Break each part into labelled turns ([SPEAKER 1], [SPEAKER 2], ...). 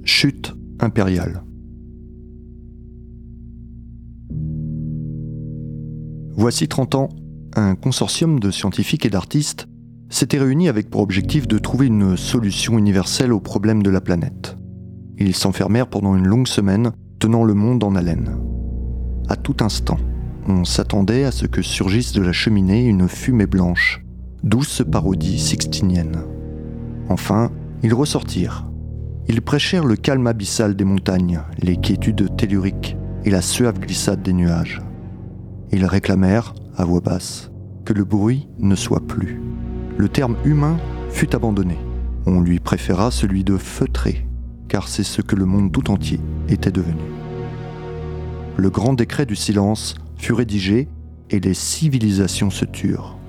[SPEAKER 1] Chute impériale. Voici 30 ans, un consortium de scientifiques et d'artistes s'était réuni avec pour objectif de trouver une solution universelle aux problèmes de la planète. Ils s'enfermèrent pendant une longue semaine, tenant le monde en haleine. À tout instant, on s'attendait à ce que surgisse de la cheminée une fumée blanche, douce parodie sixtinienne. Enfin, ils ressortirent. Ils prêchèrent le calme abyssal des montagnes, les quiétudes telluriques et la suave glissade des nuages. Ils réclamèrent, à voix basse, que le bruit ne soit plus. Le terme humain fut abandonné. On lui préféra celui de feutré, car c'est ce que le monde tout entier était devenu. Le grand décret du silence fut rédigé et les civilisations se turent.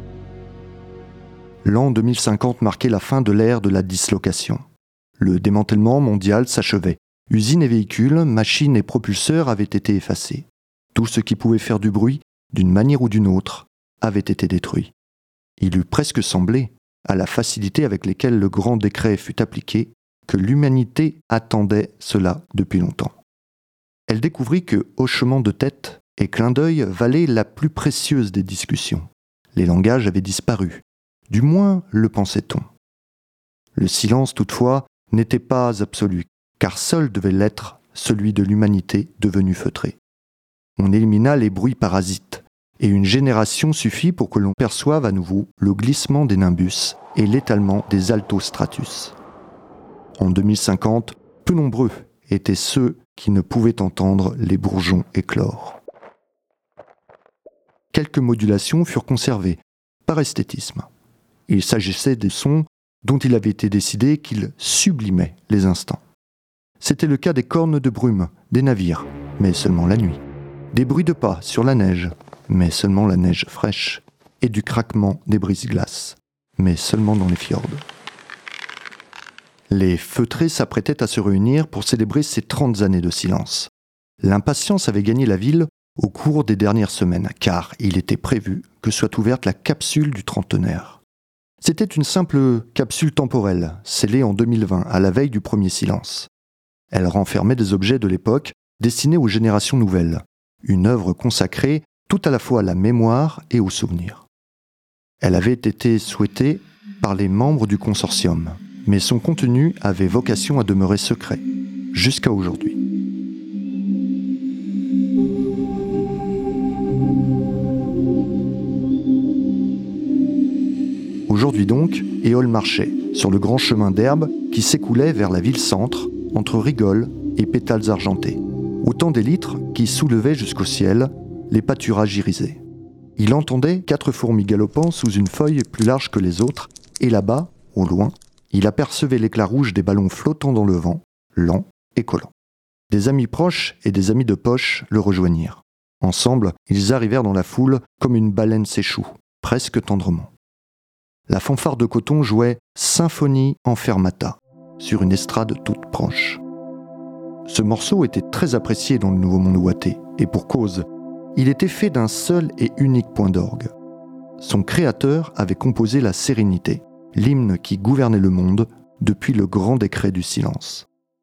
[SPEAKER 1] L'an 2050 marquait la fin de l'ère de la dislocation. Le démantèlement mondial s'achevait. Usines et véhicules, machines et propulseurs avaient été effacés. Tout ce qui pouvait faire du bruit, d'une manière ou d'une autre, avait été détruit. Il eût presque semblé, à la facilité avec laquelle le grand décret fut appliqué, que l'humanité attendait cela depuis longtemps. Elle découvrit que hochement de tête et clin d'œil valaient la plus précieuse des discussions. Les langages avaient disparu, du moins le pensait-on. Le silence, toutefois, n'était pas absolu, car seul devait l'être celui de l'humanité devenue feutrée. On élimina les bruits parasites, et une génération suffit pour que l'on perçoive à nouveau le glissement des nimbus et l'étalement des altostratus. En 2050, peu nombreux étaient ceux qui ne pouvaient entendre les bourgeons éclore. Quelques modulations furent conservées, par esthétisme. Il s'agissait des sons dont il avait été décidé qu'ils sublimaient les instants. C'était le cas des cornes de brume, des navires, mais seulement la nuit, des bruits de pas sur la neige, mais seulement la neige fraîche, et du craquement des brise-glaces, mais seulement dans les fjords. Les feutrés s'apprêtaient à se réunir pour célébrer ces 30 années de silence. L'impatience avait gagné la ville au cours des dernières semaines, car il était prévu que soit ouverte la capsule du trentenaire. C'était une simple capsule temporelle, scellée en 2020, à la veille du premier silence. Elle renfermait des objets de l'époque destinés aux générations nouvelles, une œuvre consacrée tout à la fois à la mémoire et au souvenir. Elle avait été souhaitée par les membres du consortium, mais son contenu avait vocation à demeurer secret, jusqu'à aujourd'hui. Aujourd'hui donc, Éole marchait sur le grand chemin d'herbe qui s'écoulait vers la ville-centre, entre rigoles et pétales argentés. Autant d'élytres qui soulevaient jusqu'au ciel les pâturages irisés. Il entendait 4 fourmis galopant sous une feuille plus large que les autres, et là-bas, au loin, il apercevait l'éclat rouge des ballons flottant dans le vent, lents et collants. Des amis proches et des amis de poche le rejoignirent. Ensemble, ils arrivèrent dans la foule comme une baleine s'échoue, presque tendrement. La fanfare de coton jouait « Symphonie en fermata » sur une estrade toute proche. Ce morceau était très apprécié dans le Nouveau Monde ouaté, et pour cause, il était fait d'un seul et unique point d'orgue. Son créateur avait composé la sérénité, l'hymne qui gouvernait le monde depuis le grand décret du silence.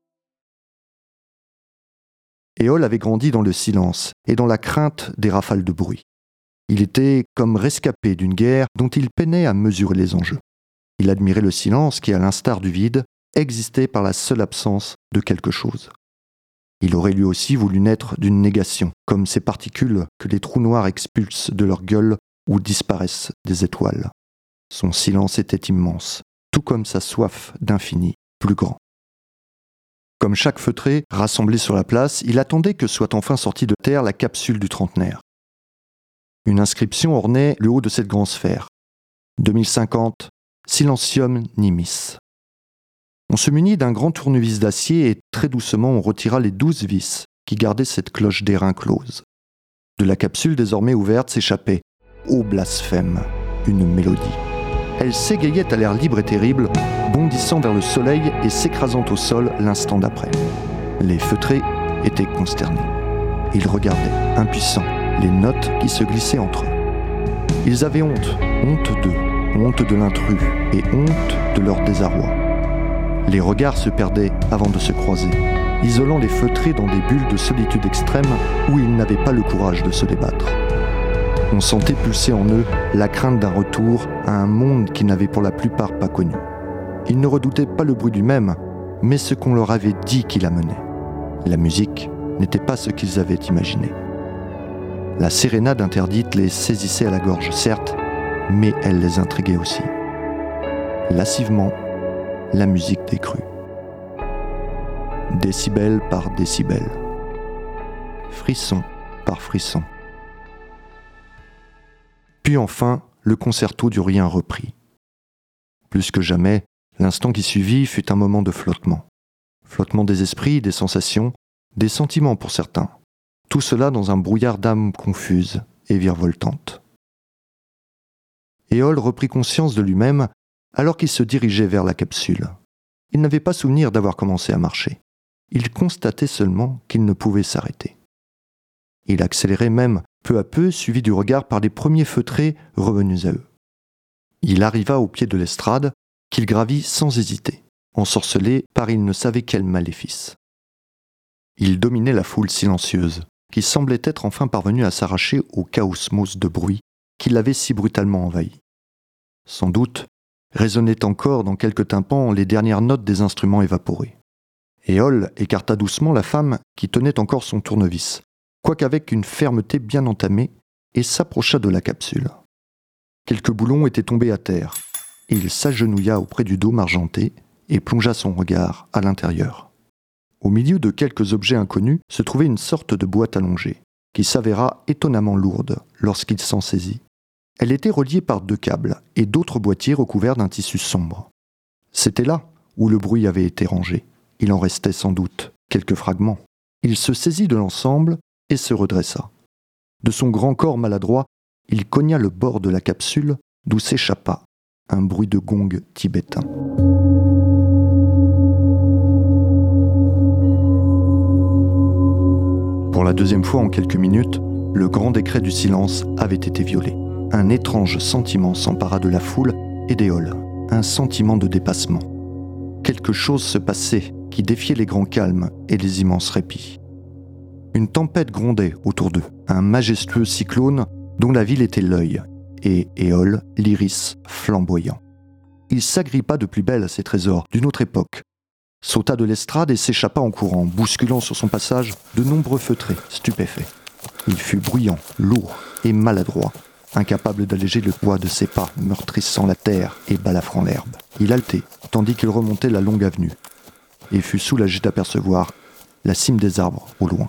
[SPEAKER 1] Éole avait grandi dans le silence et dans la crainte des rafales de bruit. Il était comme rescapé d'une guerre dont il peinait à mesurer les enjeux. Il admirait le silence qui, à l'instar du vide, existait par la seule absence de quelque chose. Il aurait lui aussi voulu naître d'une négation, comme ces particules que les trous noirs expulsent de leur gueule où disparaissent des étoiles. Son silence était immense, tout comme sa soif d'infini, plus grand. Comme chaque feutré rassemblé sur la place, il attendait que soit enfin sortie de terre la capsule du trentenaire. Une inscription ornait le haut de cette grande sphère. 2050, Silentium Nimis. On se munit d'un grand tournevis d'acier et très doucement on retira les 12 vis qui gardaient cette cloche d'airain close. De la capsule désormais ouverte s'échappait, ô blasphème, une mélodie. Elle s'égayait à l'air libre et terrible, bondissant vers le soleil et s'écrasant au sol l'instant d'après. Les feutrés étaient consternés. Ils regardaient, impuissants, les notes qui se glissaient entre eux. Ils avaient honte d'eux, honte de l'intrus et honte de leur désarroi. Les regards se perdaient avant de se croiser, isolant les feutrés dans des bulles de solitude extrême où ils n'avaient pas le courage de se débattre. On sentait pulser en eux la crainte d'un retour à un monde qu'ils n'avaient pour la plupart pas connu. Ils ne redoutaient pas le bruit du même, mais ce qu'on leur avait dit qu'il amenait. La musique n'était pas ce qu'ils avaient imaginé. La sérénade interdite les saisissait à la gorge, certes, mais elle les intriguait aussi. Lascivement, la musique décrut. Décibel par décibel. Frisson par frisson. Puis enfin, le concerto du rien reprit. Plus que jamais, l'instant qui suivit fut un moment de flottement. Flottement des esprits, des sensations, des sentiments pour certains. Tout cela dans un brouillard d'âmes confuses et virevoltantes. Éole reprit conscience de lui-même alors qu'il se dirigeait vers la capsule. Il n'avait pas souvenir d'avoir commencé à marcher. Il constatait seulement qu'il ne pouvait s'arrêter. Il accélérait même peu à peu, suivi du regard par les premiers feutrés revenus à eux. Il arriva au pied de l'estrade, qu'il gravit sans hésiter, ensorcelé par il ne savait quel maléfice. Il dominait la foule silencieuse, qui semblait être enfin parvenue à s'arracher au chaosmos de bruit qui l'avait si brutalement envahi. Sans doute, résonnaient encore dans quelques tympans les dernières notes des instruments évaporés. Éole écarta doucement la femme qui tenait encore son tournevis, quoiqu'avec une fermeté bien entamée, et s'approcha de la capsule. Quelques boulons étaient tombés à terre, et il s'agenouilla auprès du dôme argenté et plongea son regard à l'intérieur. Au milieu de quelques objets inconnus se trouvait une sorte de boîte allongée, qui s'avéra étonnamment lourde lorsqu'il s'en saisit. Elle était reliée par 2 câbles et d'autres boîtiers recouverts d'un tissu sombre. C'était là où le bruit avait été rangé. Il en restait sans doute quelques fragments. Il se saisit de l'ensemble et se redressa. De son grand corps maladroit, il cogna le bord de la capsule d'où s'échappa un bruit de gong tibétain. Pour la 2e fois en quelques minutes, le grand décret du silence avait été violé. Un étrange sentiment s'empara de la foule et d'Éole, un sentiment de dépassement. Quelque chose se passait qui défiait les grands calmes et les immenses répits. Une tempête grondait autour d'eux, un majestueux cyclone dont la ville était l'œil, et Éole, l'iris flamboyant. Il s'agrippa de plus belle à ces trésors d'une autre époque, sauta de l'estrade et s'échappa en courant, bousculant sur son passage de nombreux feutrés, stupéfaits. Il fut bruyant, lourd et maladroit, incapable d'alléger le poids de ses pas, meurtrissant la terre et balafrant l'herbe. Il haletait, tandis qu'il remontait la longue avenue, et fut soulagé d'apercevoir la cime des arbres au loin.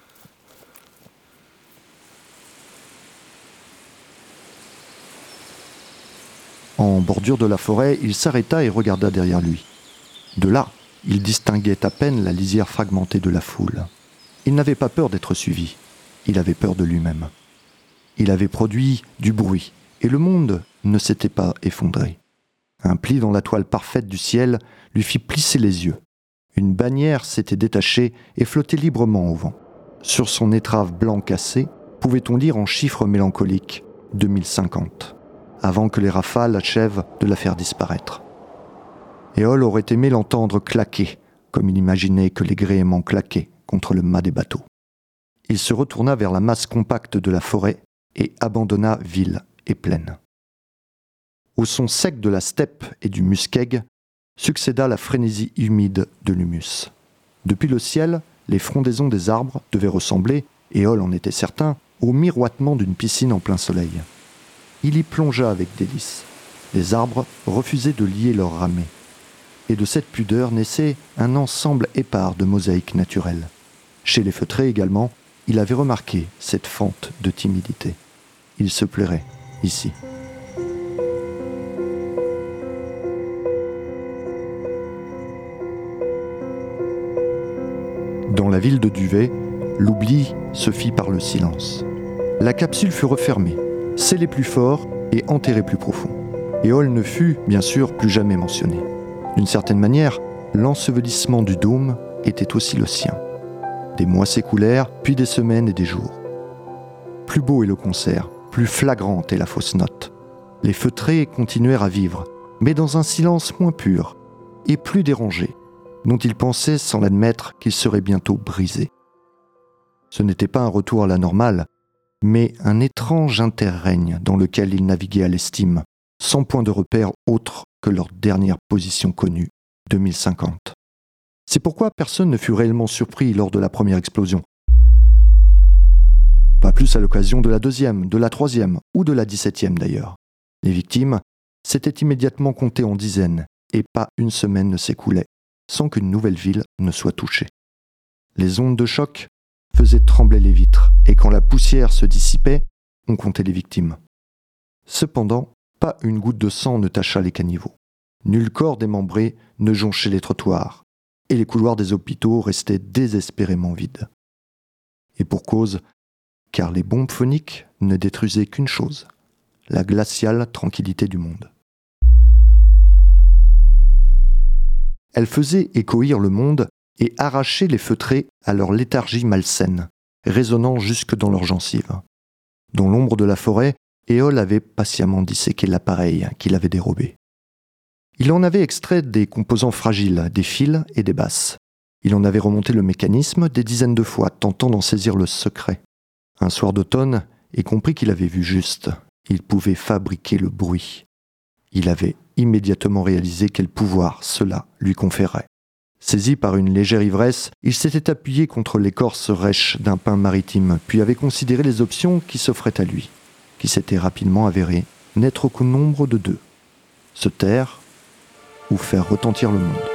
[SPEAKER 1] En bordure de la forêt, il s'arrêta et regarda derrière lui. De là, il distinguait à peine la lisière fragmentée de la foule. Il n'avait pas peur d'être suivi, il avait peur de lui-même. Il avait produit du bruit, et le monde ne s'était pas effondré. Un pli dans la toile parfaite du ciel lui fit plisser les yeux. Une bannière s'était détachée et flottait librement au vent. Sur son étrave blanc cassé, pouvait-on lire en chiffres mélancoliques 2050, avant que les rafales achèvent de la faire disparaître. Éole aurait aimé l'entendre claquer, comme il imaginait que les gréements claquaient contre le mât des bateaux. Il se retourna vers la masse compacte de la forêt et abandonna ville et plaine. Au son sec de la steppe et du muskeg succéda la frénésie humide de l'humus. Depuis le ciel, les frondaisons des arbres devaient ressembler, Éole en était certain, au miroitement d'une piscine en plein soleil. Il y plongea avec délice. Les arbres refusaient de lier leurs ramets. Et de cette pudeur naissait un ensemble épars de mosaïques naturelles. Chez les feutrés également, il avait remarqué cette fente de timidité. Il se plairait ici. Dans la ville de Duvet, l'oubli se fit par le silence. La capsule fut refermée, scellée plus fort et enterrée plus profond. Éole ne fut, bien sûr, plus jamais mentionné. D'une certaine manière, l'ensevelissement du dôme était aussi le sien. Des mois s'écoulèrent, puis des semaines et des jours. Plus beau est le concert, plus flagrante est la fausse note. Les feutrés continuèrent à vivre, mais dans un silence moins pur. et plus dérangé, dont il pensait sans l'admettre qu'il serait bientôt brisé. Ce n'était pas un retour à la normale, mais un étrange interrègne dans lequel ils naviguaient à l'estime, sans point de repère autre que leur dernière position connue, 2050. C'est pourquoi personne ne fut réellement surpris lors de la première explosion. Pas plus à l'occasion de la deuxième, de la troisième ou de la 17e d'ailleurs. Les victimes s'étaient immédiatement comptées en dizaines et pas une semaine ne s'écoulait sans qu'une nouvelle ville ne soit touchée. Les ondes de choc faisaient trembler les vitres et quand la poussière se dissipait, on comptait les victimes. Cependant, pas une goutte de sang ne tacha les caniveaux. Nul corps démembré ne jonchait les trottoirs et les couloirs des hôpitaux restaient désespérément vides. Et pour cause, car les bombes phoniques ne détruisaient qu'une chose, la glaciale tranquillité du monde. Elles faisaient écoïr le monde et arrachaient les feutrés à leur léthargie malsaine, résonnant jusque dans leurs gencives. Dans l'ombre de la forêt, Éole avait patiemment disséqué l'appareil qu'il avait dérobé. Il en avait extrait des composants fragiles, des fils et des basses. Il en avait remonté le mécanisme des dizaines de fois, tentant d'en saisir le secret. Un soir d'automne, et compris qu'il avait vu juste, il pouvait fabriquer le bruit. Il avait immédiatement réalisé quel pouvoir cela lui conférait. Saisi par une légère ivresse, il s'était appuyé contre l'écorce rêche d'un pin maritime, puis avait considéré les options qui s'offraient à lui, qui s'étaient rapidement avérées n'être qu'au nombre de deux. Se taire ou faire retentir le monde.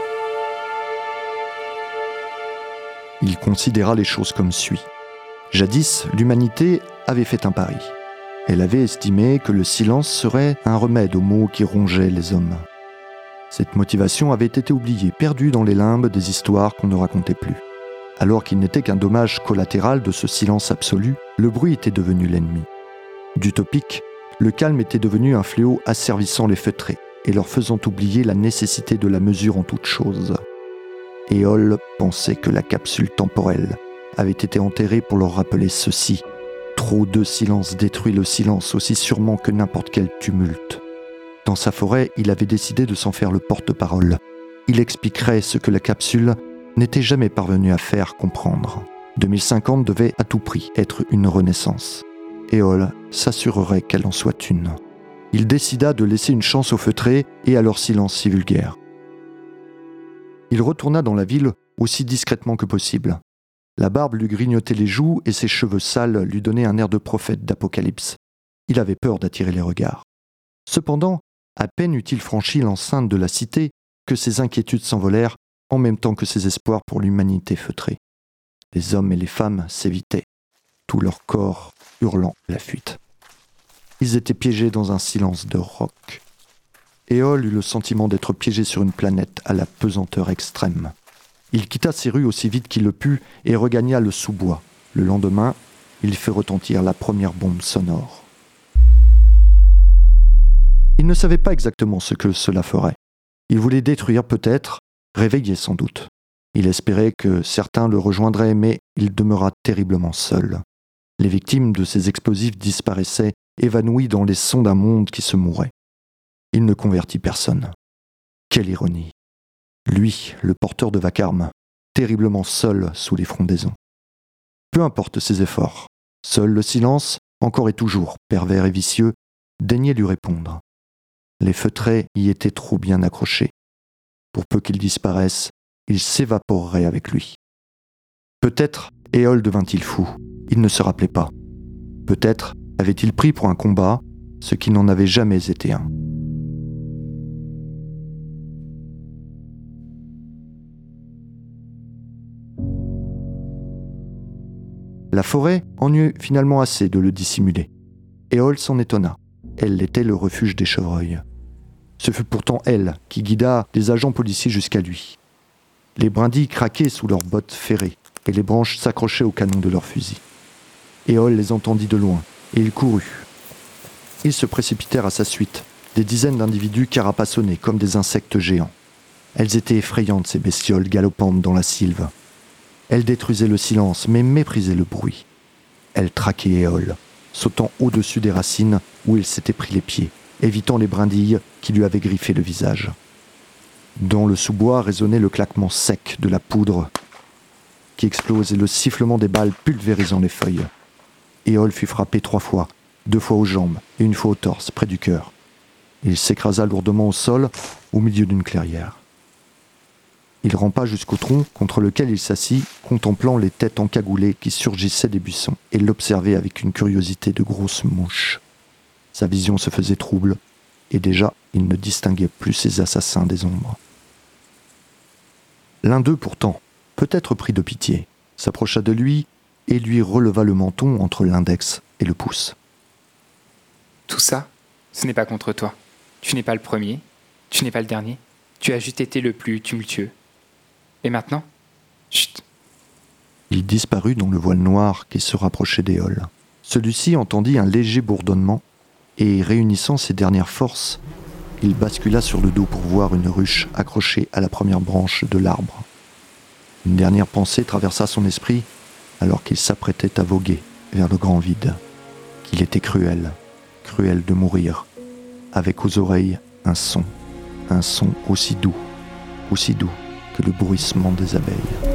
[SPEAKER 1] Il considéra les choses comme suit. Jadis, l'humanité avait fait un pari. Elle avait estimé que le silence serait un remède aux maux qui rongeaient les hommes. Cette motivation avait été oubliée, perdue dans les limbes des histoires qu'on ne racontait plus. Alors qu'il n'était qu'un dommage collatéral de ce silence absolu, le bruit était devenu l'ennemi. D'utopique, le calme était devenu un fléau asservissant les feutrés et leur faisant oublier la nécessité de la mesure en toute chose. Éole pensait que la capsule temporelle avait été enterrée pour leur rappeler ceci. Trop de silence détruit le silence aussi sûrement que n'importe quel tumulte. Dans sa forêt, il avait décidé de s'en faire le porte-parole. Il expliquerait ce que la capsule n'était jamais parvenue à faire comprendre. 2050 devait à tout prix être une renaissance. Éole s'assurerait qu'elle en soit une. Il décida de laisser une chance aux feutrés et à leur silence si vulgaire. Il retourna dans la ville aussi discrètement que possible. La barbe lui grignotait les joues et ses cheveux sales lui donnaient un air de prophète d'Apocalypse. Il avait peur d'attirer les regards. Cependant, à peine eut-il franchi l'enceinte de la cité que ses inquiétudes s'envolèrent en même temps que ses espoirs pour l'humanité feutrée. Les hommes et les femmes s'évitaient, tout leur corps hurlant la fuite. Ils étaient piégés dans un silence de roc. Éole eut le sentiment d'être piégé sur une planète à la pesanteur extrême. Il quitta ses rues aussi vite qu'il le put et regagna le sous-bois. Le lendemain, il fit retentir la première bombe sonore. Il ne savait pas exactement ce que cela ferait. Il voulait détruire peut-être, réveiller sans doute. Il espérait que certains le rejoindraient, mais il demeura terriblement seul. Les victimes de ces explosifs disparaissaient, évanouies dans les sons d'un monde qui se mourait. Il ne convertit personne. Quelle ironie! Lui, le porteur de vacarme, terriblement seul sous les frondaisons. Peu importe ses efforts, seul le silence, encore et toujours pervers et vicieux, daignait lui répondre. Les feutrés y étaient trop bien accrochés. Pour peu qu'ils disparaissent, ils s'évaporeraient avec lui. Peut-être Éole devint-il fou. Il ne se rappelait pas. Peut-être avait-il pris pour un combat ce qui n'en avait jamais été un. La forêt en eut finalement assez de le dissimuler. Éole s'en étonna. Elle était le refuge des chevreuils. Ce fut pourtant elle qui guida les agents policiers jusqu'à lui. Les brindilles craquaient sous leurs bottes ferrées et les branches s'accrochaient au canon de leurs fusils. Éole les entendit de loin et il courut. Ils se précipitèrent à sa suite, des dizaines d'individus carapassonnés comme des insectes géants. Elles étaient effrayantes, ces bestioles galopantes dans la sylve. Elles détruisaient le silence, mais méprisaient le bruit. Elles traquaient Éole, sautant au-dessus des racines où il s'était pris les pieds, évitant les brindilles qui lui avaient griffé le visage. Dans le sous-bois résonnait le claquement sec de la poudre qui explose et le sifflement des balles pulvérisant les feuilles. Éole fut frappé 3 fois, 2 fois aux jambes et 1 fois au torse, près du cœur. Il s'écrasa lourdement au sol, au milieu d'une clairière. Il rampa jusqu'au tronc contre lequel il s'assit, contemplant les têtes encagoulées qui surgissaient des buissons, et l'observait avec une curiosité de grosse mouche. Sa vision se faisait trouble, et déjà il ne distinguait plus ses assassins des ombres. L'un d'eux pourtant, peut-être pris de pitié, s'approcha de lui et lui releva le menton entre l'index et le pouce.
[SPEAKER 2] Tout ça, ce n'est pas contre toi. Tu n'es pas le premier, tu n'es pas le dernier, tu as juste été le plus tumultueux. Et maintenant, chut.
[SPEAKER 1] Il disparut dans le voile noir qui se rapprochait d'Éole. Celui-ci entendit un léger bourdonnement et, réunissant ses dernières forces, il bascula sur le dos pour voir une ruche accrochée à la première branche de l'arbre. Une dernière pensée traversa son esprit alors qu'il s'apprêtait à voguer vers le grand vide. Qu'il était cruel, cruel de mourir, avec aux oreilles un son aussi doux que le bruissement des abeilles.